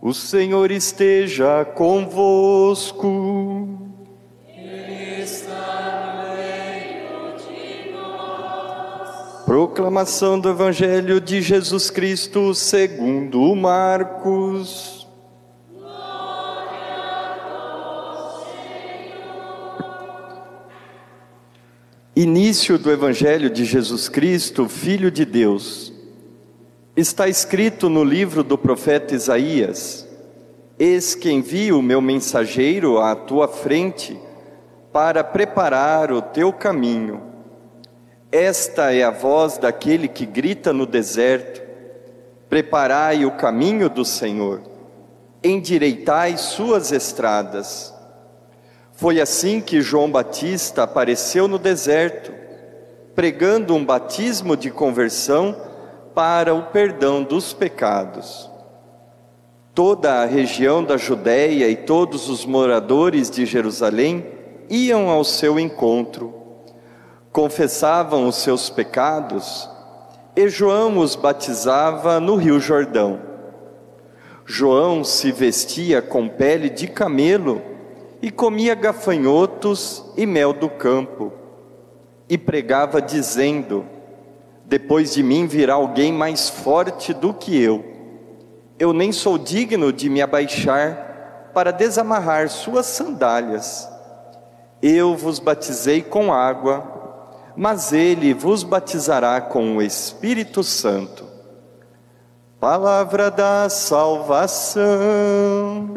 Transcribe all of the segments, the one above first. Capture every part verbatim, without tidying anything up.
O Senhor esteja convosco. Ele está no meio de nós. Proclamação do Evangelho de Jesus Cristo segundo Marcos. Glória a vós, Senhor. Início do Evangelho de Jesus Cristo, Filho de Deus. Está escrito no livro do profeta Isaías: Eis que envio o meu mensageiro à tua frente, para preparar o teu caminho. Esta é a voz daquele que grita no deserto: preparai o caminho do Senhor, endireitai suas estradas. Foi assim que João Batista apareceu no deserto, pregando um batismo de conversão para o perdão dos pecados. Toda a região da Judéia e todos os moradores de Jerusalém iam ao seu encontro, confessavam os seus pecados, e João os batizava no Rio Jordão. João se vestia com pele de camelo e comia gafanhotos e mel do campo, e pregava dizendo: depois de mim virá alguém mais forte do que eu. Eu nem sou digno de me abaixar para desamarrar suas sandálias. Eu vos batizei com água, mas ele vos batizará com o Espírito Santo. Palavra da salvação.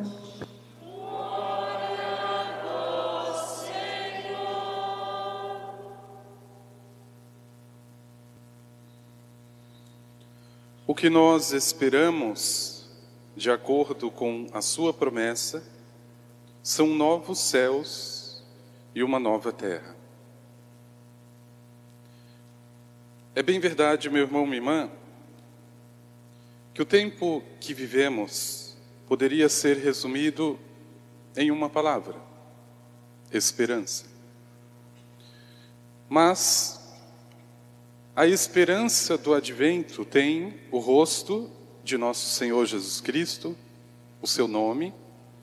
O que nós esperamos, de acordo com a sua promessa, são novos céus e uma nova terra. É bem verdade, meu irmão, minha irmã, que o tempo que vivemos poderia ser resumido em uma palavra: esperança. Mas a esperança do advento tem o rosto de nosso Senhor Jesus Cristo, o seu nome,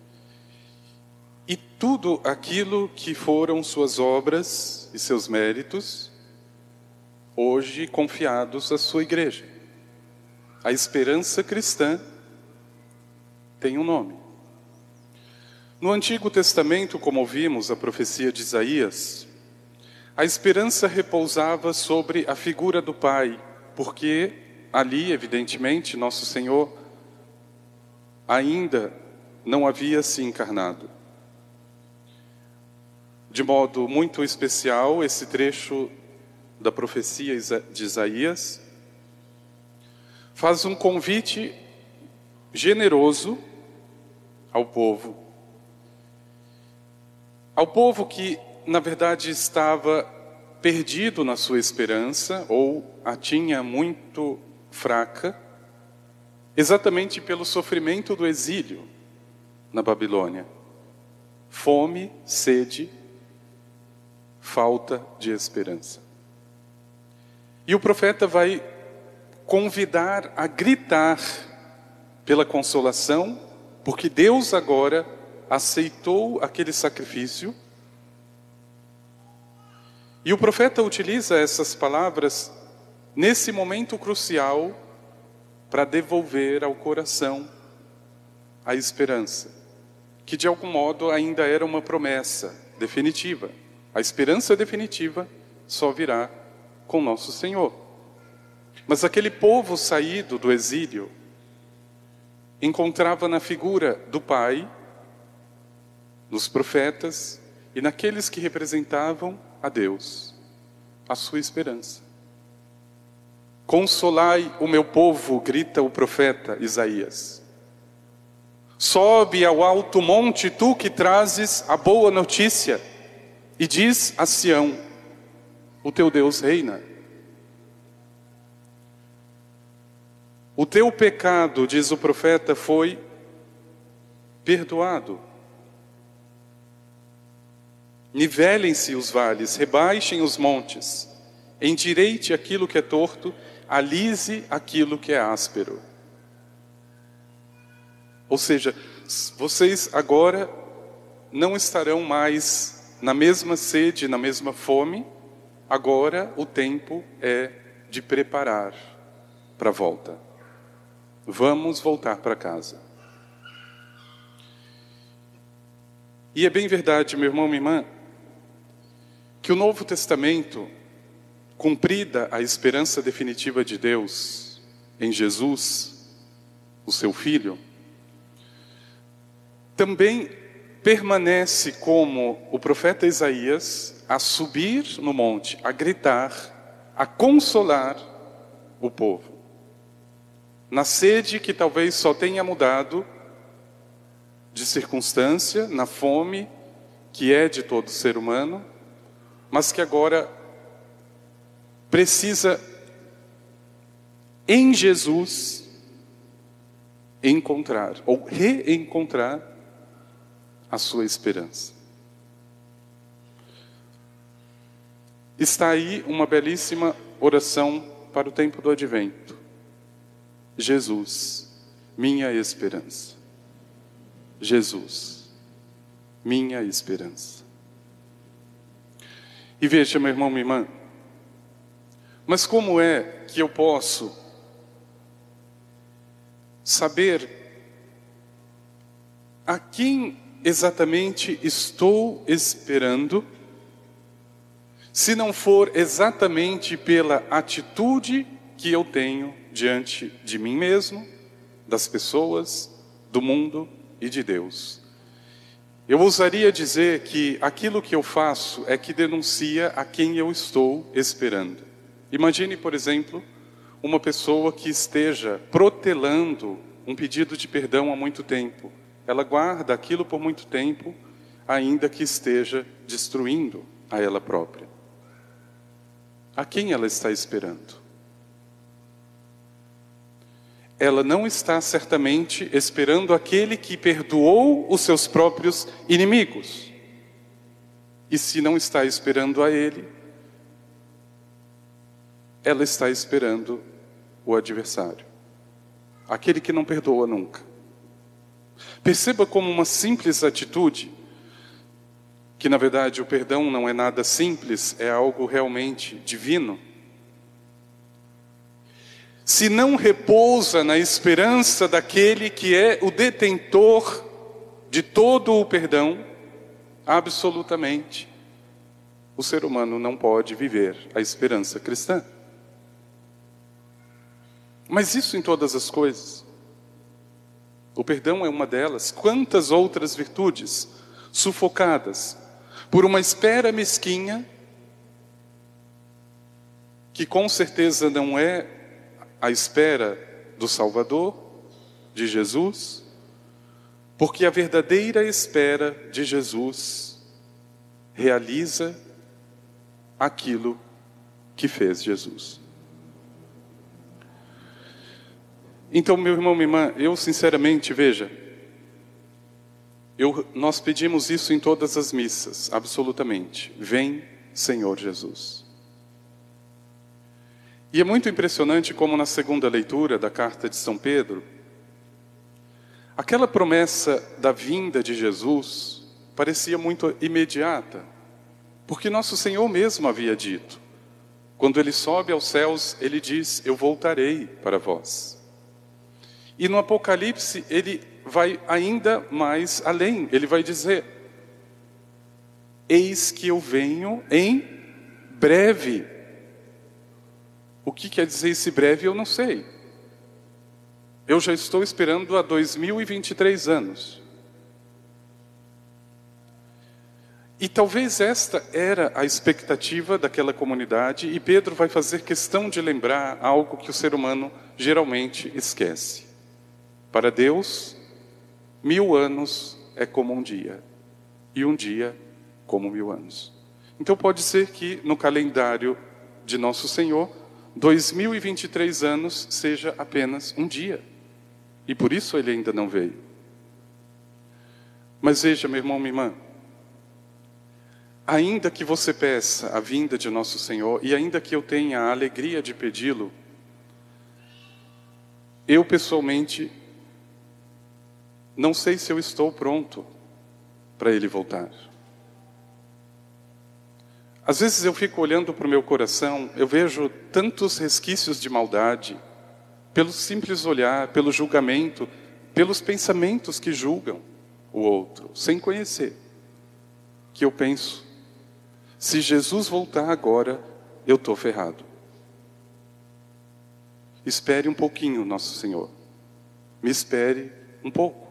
e tudo aquilo que foram suas obras e seus méritos, hoje confiados à sua igreja. A esperança cristã tem um nome. No Antigo Testamento, como vimos a profecia de Isaías, a esperança repousava sobre a figura do Pai, porque ali, evidentemente, nosso Senhor ainda não havia se encarnado. De modo muito especial, esse trecho da profecia de Isaías faz um convite generoso ao povo, ao povo que, na verdade, estava perdido na sua esperança, ou a tinha muito fraca, exatamente pelo sofrimento do exílio na Babilônia. Fome, sede, falta de esperança. E o profeta vai convidar a gritar pela consolação, porque Deus agora aceitou aquele sacrifício. E o profeta utiliza essas palavras nesse momento crucial para devolver ao coração a esperança, que de algum modo ainda era uma promessa definitiva. A esperança definitiva só virá com nosso Senhor. Mas aquele povo saído do exílio encontrava na figura do Pai, nos profetas e naqueles que representavam a Deus, a sua esperança. Consolai o meu povo, grita o profeta Isaías. Sobe ao alto monte, tu que trazes a boa notícia, e diz a Sião: o teu Deus reina. O teu pecado, diz o profeta, foi perdoado. Nivelem-se os vales, rebaixem os montes, endireite aquilo que é torto, alise aquilo que é áspero. Ou seja, vocês agora não estarão mais na mesma sede, na mesma fome. Agora o tempo é de preparar para a volta. Vamos voltar para casa. E é bem verdade, meu irmão, minha irmã, que o Novo Testamento, cumprida a esperança definitiva de Deus em Jesus, o seu Filho, também permanece como o profeta Isaías a subir no monte, a gritar, a consolar o povo. Na sede que talvez só tenha mudado de circunstância, na fome que é de todo ser humano, mas que agora precisa em Jesus encontrar ou reencontrar a sua esperança. Está aí uma belíssima oração para o tempo do advento. Jesus, minha esperança. Jesus, minha esperança. E veja, meu irmão, minha irmã, mas como é que eu posso saber a quem exatamente estou esperando, se não for exatamente pela atitude que eu tenho diante de mim mesmo, das pessoas, do mundo e de Deus? Eu ousaria dizer que aquilo que eu faço é que denuncia a quem eu estou esperando. Imagine, por exemplo, uma pessoa que esteja protelando um pedido de perdão há muito tempo. Ela guarda aquilo por muito tempo, ainda que esteja destruindo a ela própria. A quem ela está esperando? Ela não está certamente esperando aquele que perdoou os seus próprios inimigos. E se não está esperando a ele, ela está esperando o adversário, aquele que não perdoa nunca. Perceba como uma simples atitude, que na verdade o perdão não é nada simples, é algo realmente divino. Se não repousa na esperança daquele que é o detentor de todo o perdão, absolutamente, o ser humano não pode viver a esperança cristã. Mas isso em todas as coisas. O perdão é uma delas. Quantas outras virtudes sufocadas por uma espera mesquinha, que com certeza não é a espera do Salvador, de Jesus, porque a verdadeira espera de Jesus realiza aquilo que fez Jesus. Então, meu irmão, minha irmã, eu sinceramente, veja, eu, nós pedimos isso em todas as missas, absolutamente. Vem, Senhor Jesus. E é muito impressionante como na segunda leitura da carta de São Pedro, aquela promessa da vinda de Jesus parecia muito imediata, porque nosso Senhor mesmo havia dito, quando Ele sobe aos céus, Ele diz, eu voltarei para vós. E no Apocalipse, Ele vai ainda mais além, Ele vai dizer, eis que eu venho em breve. O que quer dizer esse breve, eu não sei. Eu já estou esperando há dois mil e vinte e três anos. E talvez esta era a expectativa daquela comunidade, e Pedro vai fazer questão de lembrar algo que o ser humano geralmente esquece. Para Deus, mil anos é como um dia, e um dia como mil anos. Então pode ser que no calendário de Nosso Senhor, dois mil e vinte e três anos seja apenas um dia. E por isso Ele ainda não veio. Mas veja, meu irmão, minha irmã, ainda que você peça a vinda de Nosso Senhor, e ainda que eu tenha a alegria de pedi-lo, eu pessoalmente Não sei se eu estou pronto para Ele voltar. Às vezes eu fico olhando para o meu coração, eu vejo tantos resquícios de maldade, pelo simples olhar, pelo julgamento, pelos pensamentos que julgam o outro, sem conhecer, que eu penso, se Jesus voltar agora, eu estou ferrado. Espere um pouquinho, nosso Senhor. Me espere um pouco.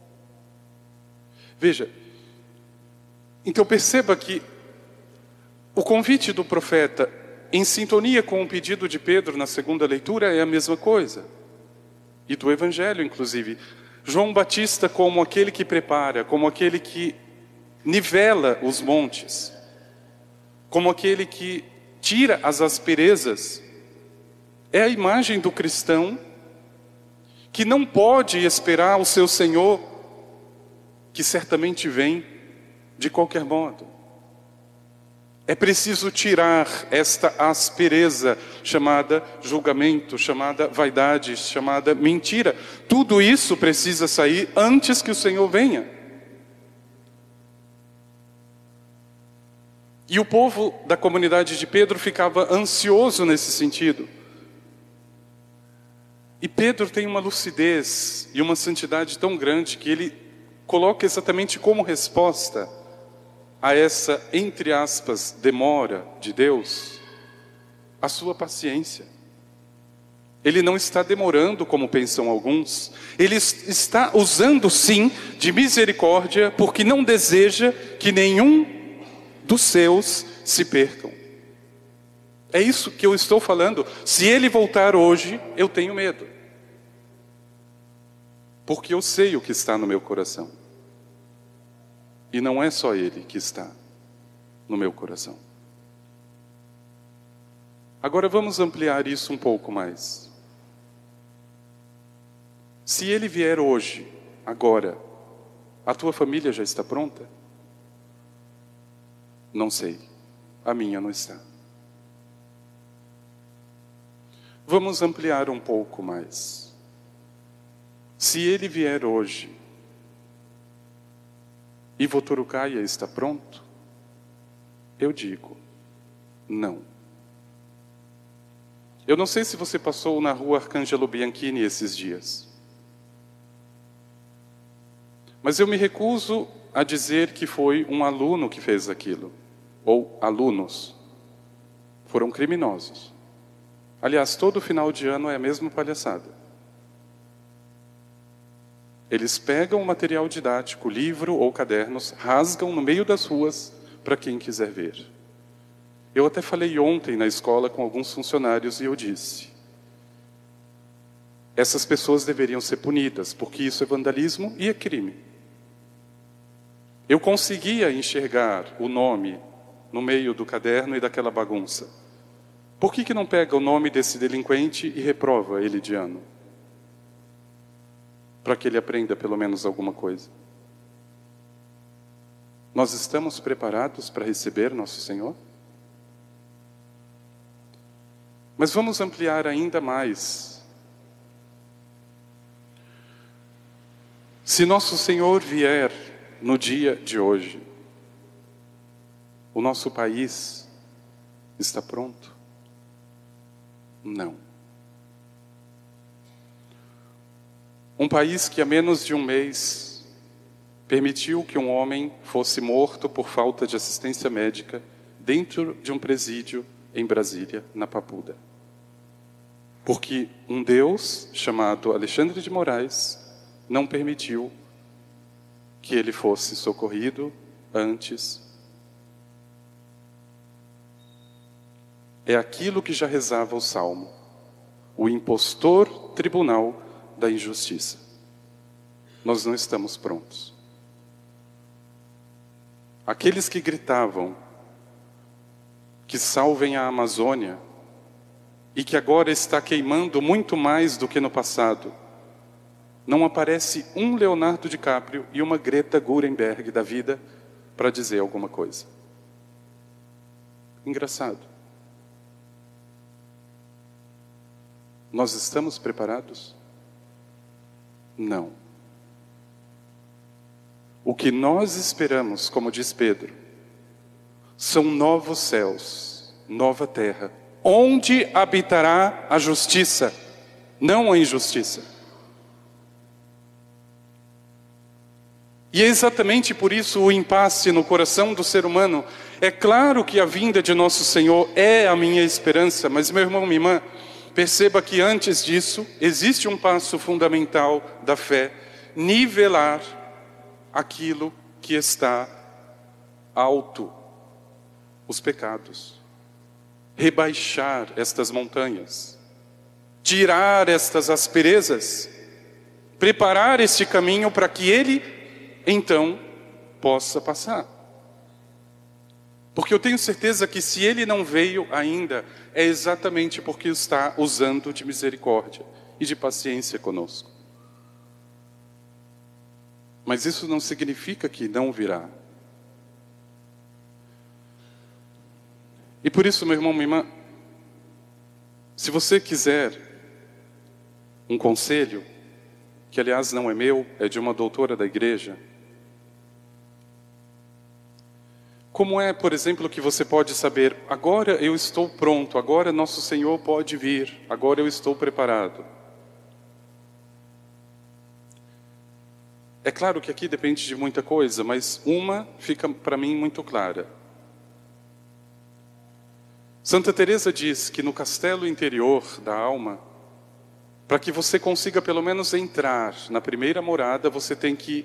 Veja, então perceba que o convite do profeta, em sintonia com o pedido de Pedro na segunda leitura, é a mesma coisa. E do Evangelho, inclusive. João Batista como aquele que prepara, como aquele que nivela os montes, como aquele que tira as asperezas, é a imagem do cristão que não pode esperar o seu Senhor, que certamente vem de qualquer modo. É preciso tirar esta aspereza chamada julgamento, chamada vaidade, chamada mentira. Tudo isso precisa sair antes que o Senhor venha. E o povo da comunidade de Pedro ficava ansioso nesse sentido. E Pedro tem uma lucidez e uma santidade tão grande que ele coloca exatamente como resposta a essa, entre aspas, demora de Deus, a sua paciência. Ele não está demorando como pensam alguns. Ele está usando sim de misericórdia, porque não deseja que nenhum dos seus se percam. É isso que eu estou falando. Se ele voltar hoje, eu tenho medo. Porque eu sei o que está no meu coração. E não é só Ele que está no meu coração. Agora vamos ampliar isso um pouco mais. Se Ele vier hoje, agora, a tua família já está pronta? Não sei. A minha não está. Vamos ampliar um pouco mais. Se Ele vier hoje, e Votorucaia está pronto? Eu digo, não. Eu não sei se você passou na rua Arcangelo Bianchini esses dias. Mas eu me recuso a dizer que foi um aluno que fez aquilo. Ou alunos. Foram criminosos. Aliás, todo final de ano é a mesma palhaçada. Eles pegam o material didático, livro ou cadernos, rasgam no meio das ruas para quem quiser ver. Eu até falei ontem na escola com alguns funcionários e eu disse: essas pessoas deveriam ser punidas, porque isso é vandalismo e é crime. Eu conseguia enxergar o nome no meio do caderno e daquela bagunça. Por que que não pega o nome desse delinquente e reprova ele de ano? Para que ele aprenda pelo menos alguma coisa. Nós estamos preparados para receber nosso Senhor? Mas vamos ampliar ainda mais. Se nosso Senhor vier no dia de hoje, o nosso país está pronto? Não. Um país que há menos de um mês permitiu que um homem fosse morto por falta de assistência médica dentro de um presídio em Brasília, na Papuda. Porque um Deus chamado Alexandre de Moraes não permitiu que ele fosse socorrido antes. É aquilo que já rezava o Salmo: o impostor tribunal da injustiça. Nós não estamos prontos. Aqueles que gritavam que salvem a Amazônia e que agora está queimando muito mais do que no passado, não aparece um Leonardo DiCaprio e uma Greta Thunberg da vida para dizer alguma coisa. Engraçado. Nós estamos preparados? Não. o que nós esperamos, como diz Pedro, são novos céus, nova terra, onde habitará a justiça, não a injustiça. E é exatamente por isso o impasse no coração do ser humano. É claro que a vinda de nosso Senhor é a minha esperança, mas meu irmão, minha irmã, perceba que antes disso existe um passo fundamental da fé: nivelar aquilo que está alto, os pecados, rebaixar estas montanhas, tirar estas asperezas, preparar este caminho para que Ele então possa passar. Porque eu tenho certeza que se Ele não veio ainda, é exatamente porque está usando de misericórdia e de paciência conosco. Mas isso não significa que não virá. E por isso, meu irmão, minha irmã, se você quiser um conselho, que aliás não é meu, é de uma doutora da igreja, como é, por exemplo, que você pode saber, agora eu estou pronto, agora nosso Senhor pode vir, agora eu estou preparado? É claro que aqui depende de muita coisa, mas uma fica para mim muito clara. Santa Teresa diz que no castelo interior da alma, para que você consiga pelo menos entrar na primeira morada, você tem que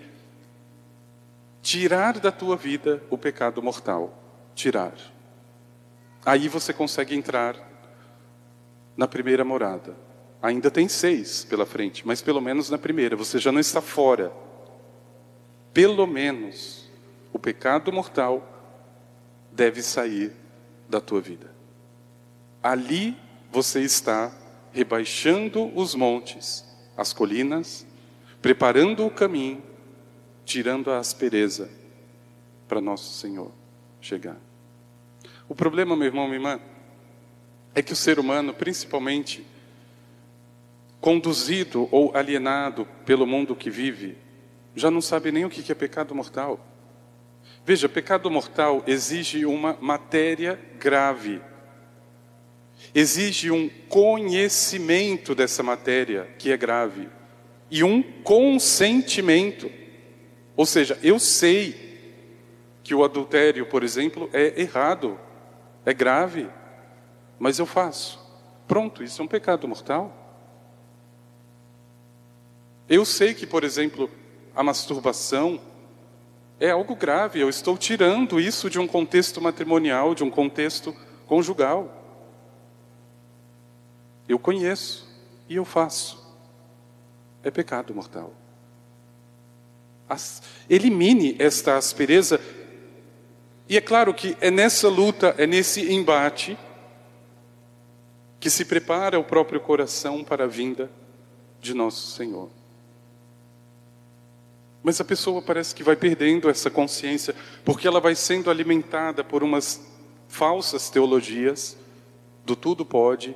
tirar da tua vida o pecado mortal. Tirar. Aí você consegue entrar na primeira morada. Ainda tem seis pela frente, mas pelo menos na primeira, você já não está fora. Pelo menos o pecado mortal deve sair da tua vida. Ali você está rebaixando os montes, as colinas, preparando o caminho, tirando a aspereza para nosso Senhor chegar. O problema, meu irmão, minha irmã, é que o ser humano, principalmente conduzido ou alienado pelo mundo que vive, já não sabe nem o que é pecado mortal. Veja, pecado mortal exige uma matéria grave. Exige um conhecimento dessa matéria que é grave. E um consentimento. Ou seja, eu sei que o adultério, por exemplo, é errado, é grave, mas eu faço. Pronto, isso é um pecado mortal. Eu sei que, por exemplo, a masturbação é algo grave, eu estou tirando isso de um contexto matrimonial, de um contexto conjugal. Eu conheço e eu faço. É pecado mortal. As, elimine esta aspereza. E é claro que é nessa luta, é nesse embate, que se prepara o próprio coração para a vinda de nosso Senhor. Mas a pessoa parece que vai perdendo essa consciência, porque ela vai sendo alimentada por umas falsas teologias do tudo pode,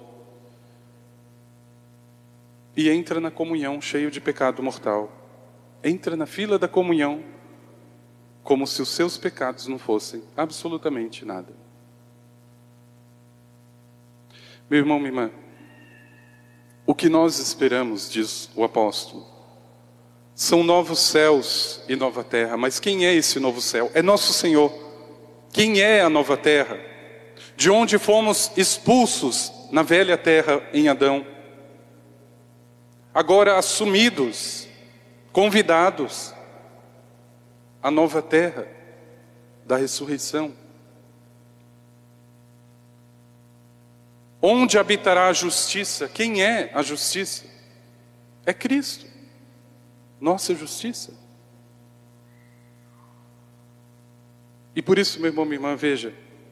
e entra na comunhão cheio de pecado mortal. Entra na fila da comunhão como se os seus pecados não fossem absolutamente nada. Meu irmão, minha irmã, o que nós esperamos, diz o apóstolo, são novos céus e nova terra. Mas quem é esse novo céu? É nosso Senhor. Quem é a nova terra? De onde fomos expulsos na velha terra em Adão. Agora assumidos, convidados à nova terra da ressurreição. Onde habitará a justiça? Quem é a justiça? É Cristo, nossa justiça. E por isso, meu irmão, minha irmã, veja,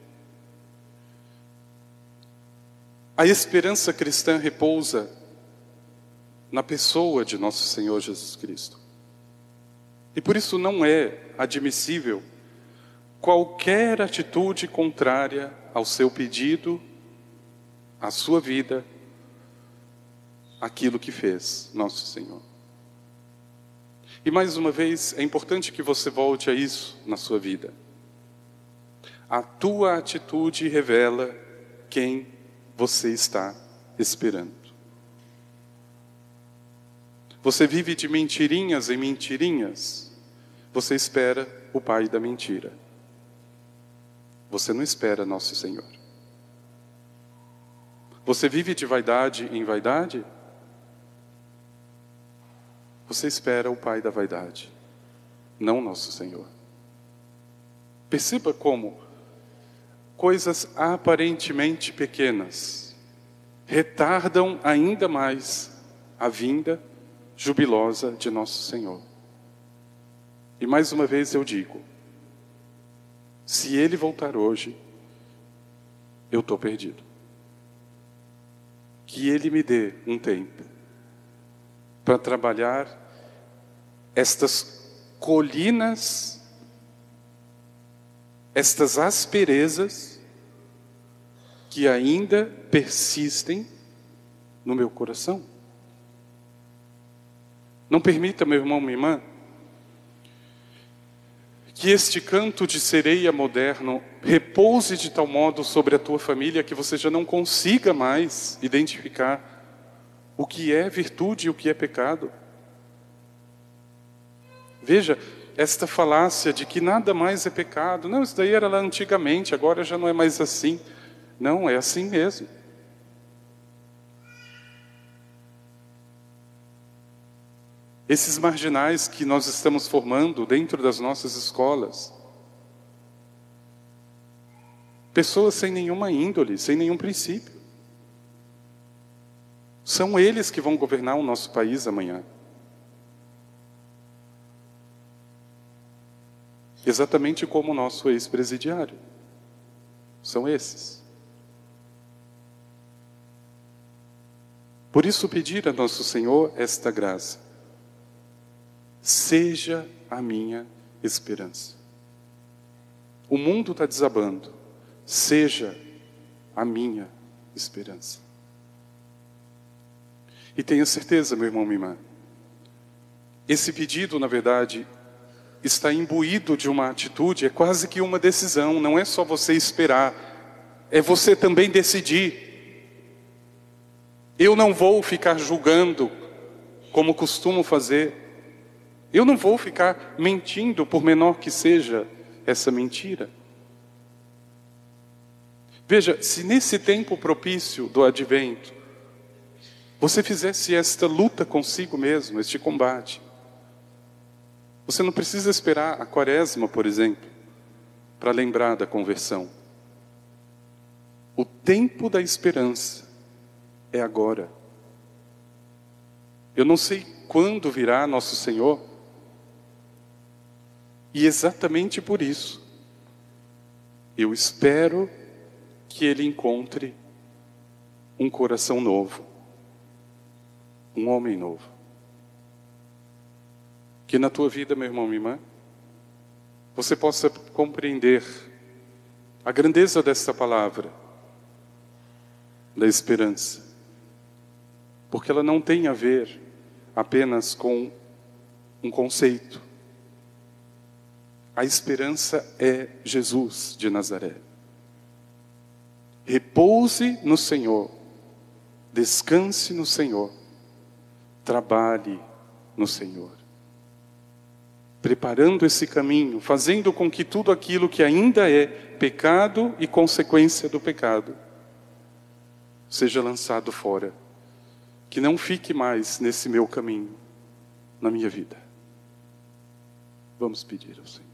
a esperança cristã repousa na pessoa de nosso Senhor Jesus Cristo. E por isso não é admissível qualquer atitude contrária ao seu pedido, à sua vida, aquilo que fez nosso Senhor. E mais uma vez, é importante que você volte a isso na sua vida. A tua atitude revela quem você está esperando. Você vive de mentirinhas em mentirinhas, você espera o pai da mentira. Você não espera nosso Senhor. Você vive de vaidade em vaidade, você espera o pai da vaidade, não nosso Senhor. Perceba como coisas aparentemente pequenas retardam ainda mais a vinda jubilosa de nosso Senhor. E mais uma vez eu digo, se Ele voltar hoje, eu estou perdido. Que Ele me dê um tempo para trabalhar estas colinas, estas asperezas que ainda persistem no meu coração. Não permita, meu irmão, minha irmã, que este canto de sereia moderno repouse de tal modo sobre a tua família que você já não consiga mais identificar o que é virtude e o que é pecado. Veja, esta falácia de que nada mais é pecado. Não, isso daí era lá antigamente, agora já não é mais assim. Não, é assim mesmo. Esses marginais que nós estamos formando dentro das nossas escolas, pessoas sem nenhuma índole, sem nenhum princípio, são eles que vão governar o nosso país amanhã. Exatamente como o nosso ex-presidiário. São esses. Por isso pedir a nosso Senhor esta graça. Seja a minha esperança. O mundo está desabando. Seja a minha esperança. E tenha certeza, meu irmão, minha irmã, esse pedido, na verdade, está imbuído de uma atitude, é quase que uma decisão. Não é só você esperar, é você também decidir. Eu não vou ficar julgando como costumo fazer. Eu não vou ficar mentindo, por menor que seja essa mentira. Veja, se nesse tempo propício do advento, você fizesse esta luta consigo mesmo, este combate, você não precisa esperar a quaresma, por exemplo, para lembrar da conversão. O tempo da esperança é agora. Eu não sei quando virá nosso Senhor, e exatamente por isso, eu espero que Ele encontre um coração novo, um homem novo. Que na tua vida, meu irmão, minha irmã, você possa compreender a grandeza desta palavra, da esperança. Porque ela não tem a ver apenas com um conceito. A esperança é Jesus de Nazaré. Repouse no Senhor, descanse no Senhor, trabalhe no Senhor. Preparando esse caminho, fazendo com que tudo aquilo que ainda é pecado e consequência do pecado, seja lançado fora. Que não fique mais nesse meu caminho, na minha vida. Vamos pedir ao Senhor.